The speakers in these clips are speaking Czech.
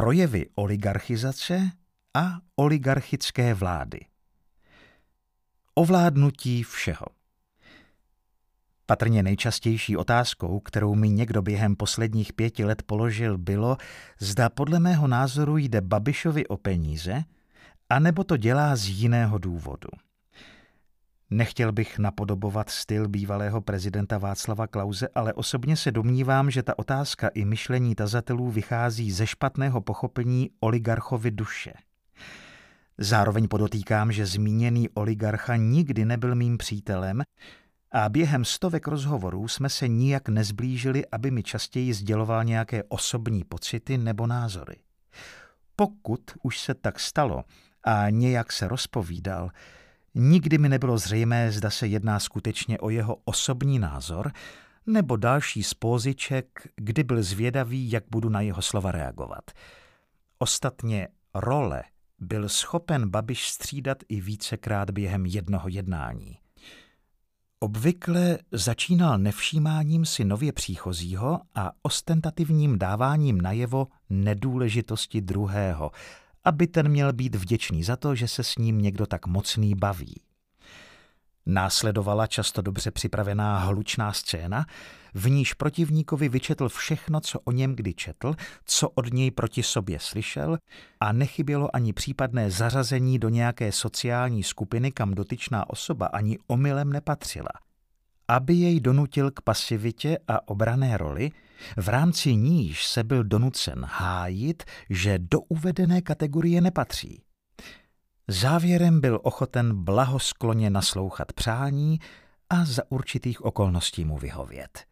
Projevy oligarchizace a oligarchické vlády. Ovládnutí všeho. Patrně nejčastější otázkou, kterou mi někdo během posledních 5 let položil, bylo, zda podle mého názoru jde Babišovi o peníze, anebo to dělá z jiného důvodu. Nechtěl bych napodobovat styl bývalého prezidenta Václava Klause, ale osobně se domnívám, že ta otázka i myšlení tazatelů vychází ze špatného pochopení oligarchovy duše. Zároveň podotýkám, že zmíněný oligarcha nikdy nebyl mým přítelem a během stovek rozhovorů jsme se nijak nezblížili, aby mi častěji sděloval nějaké osobní pocity nebo názory. Pokud už se tak stalo a nějak se rozpovídal, nikdy mi nebylo zřejmé, zda se jedná skutečně o jeho osobní názor nebo další z póziček, kdy byl zvědavý, jak budu na jeho slova reagovat. Ostatně role byl schopen Babiš střídat i vícekrát během jednoho jednání. Obvykle začínal nevšímáním si nově příchozího a ostentativním dáváním najevo nedůležitosti druhého, aby ten měl být vděčný za to, že se s ním někdo tak mocný baví. Následovala často dobře připravená hlučná scéna, v níž protivníkovi vyčetl všechno, co o něm kdy četl, co od něj proti sobě slyšel a nechybělo ani případné zařazení do nějaké sociální skupiny, kam dotyčná osoba ani omylem nepatřila. Aby jej donutil k pasivitě a obranné roli, v rámci níž se byl donucen hájit, že do uvedené kategorie nepatří. Závěrem byl ochoten blahoskloně naslouchat přání a za určitých okolností mu vyhovět.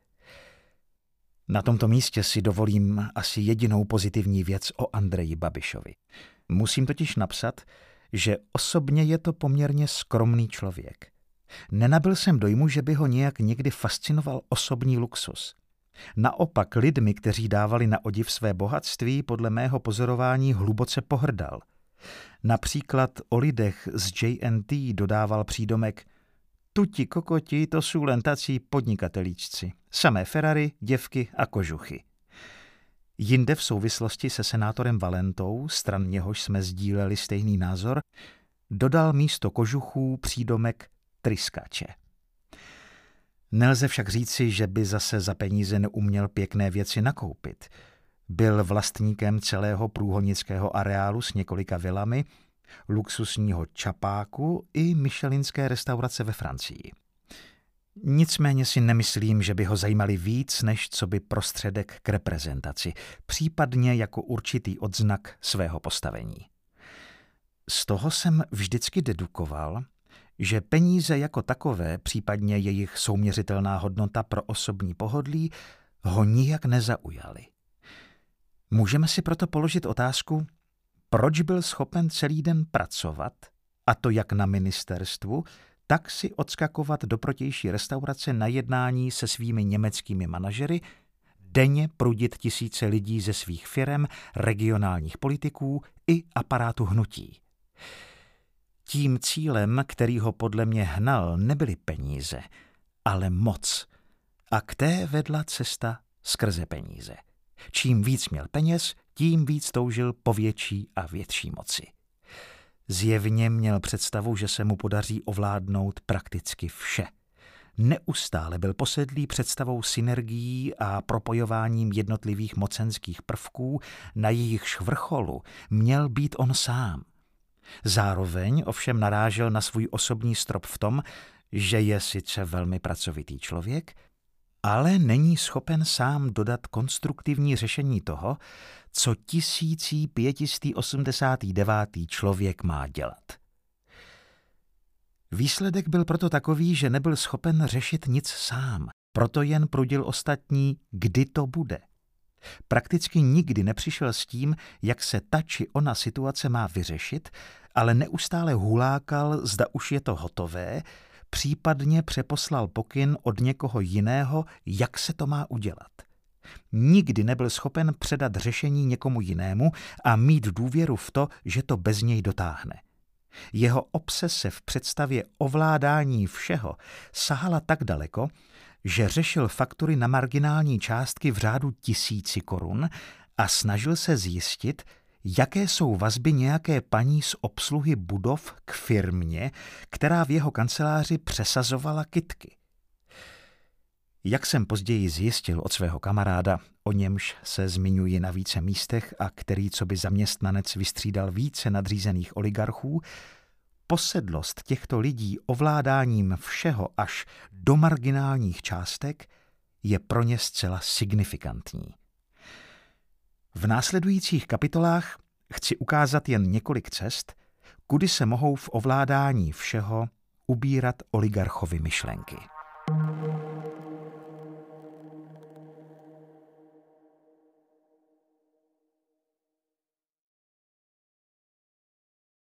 Na tomto místě si dovolím asi jedinou pozitivní věc o Andreji Babišovi. Musím totiž napsat, že osobně je to poměrně skromný člověk. Nenabyl jsem dojmu, že by ho nějak někdy fascinoval osobní luxus. Naopak lidmi, kteří dávali na odiv své bohatství, podle mého pozorování hluboce pohrdal. Například o lidech z JNT dodával přídomek: tuti kokoti, to jsou len tací podnikatelíčci. Samé Ferrari, děvky a kožuchy. Jinde v souvislosti se senátorem Valentou, stran něhož jsme sdíleli stejný názor, dodal místo kožuchů přídomek tryskače. Nelze však říci, že by zase za peníze neuměl pěkné věci nakoupit. Byl vlastníkem celého průhonického areálu s několika vilami, luxusního čapáku i michelinské restaurace ve Francii. Nicméně si nemyslím, že by ho zajímali víc, než co by prostředek k reprezentaci, případně jako určitý odznak svého postavení. Z toho jsem vždycky dedukoval, že peníze jako takové, případně jejich souměřitelná hodnota pro osobní pohodlí, ho nijak nezaujaly. Můžeme si proto položit otázku, proč byl schopen celý den pracovat, a to jak na ministerstvu, tak si odskakovat do protější restaurace na jednání se svými německými manažery, denně prudit tisíce lidí ze svých firem, regionálních politiků i aparátu hnutí. Tím cílem, který ho podle mě hnal, nebyly peníze, ale moc. A k té vedla cesta skrze peníze. Čím víc měl peněz, tím víc toužil po větší a větší moci. Zjevně měl představu, že se mu podaří ovládnout prakticky vše. Neustále byl posedlý představou synergií a propojováním jednotlivých mocenských prvků, na jejichž vrcholu měl být on sám. Zároveň ovšem narážel na svůj osobní strop v tom, že je sice velmi pracovitý člověk, ale není schopen sám dodat konstruktivní řešení toho, co 1589. člověk má dělat. Výsledek byl proto takový, že nebyl schopen řešit nic sám, proto jen prudil ostatní, kdy to bude. Prakticky nikdy nepřišel s tím, jak se ta či ona situace má vyřešit, ale neustále hulákal, zda už je to hotové, případně přeposlal pokyn od někoho jiného, jak se to má udělat. Nikdy nebyl schopen předat řešení někomu jinému a mít důvěru v to, že to bez něj dotáhne. Jeho obsese v představě ovládání všeho sahala tak daleko, že řešil faktury na marginální částky v řádu 1000 korun a snažil se zjistit, jaké jsou vazby nějaké paní z obsluhy budov k firmě, která v jeho kanceláři přesazovala kytky. Jak jsem později zjistil od svého kamaráda, o němž se zmiňuji na více místech a který coby zaměstnanec vystřídal více nadřízených oligarchů, posedlost těchto lidí ovládáním všeho až do marginálních částek je pro ně zcela signifikantní. V následujících kapitolách chci ukázat jen několik cest, kudy se mohou v ovládání všeho ubírat oligarchovy myšlenky.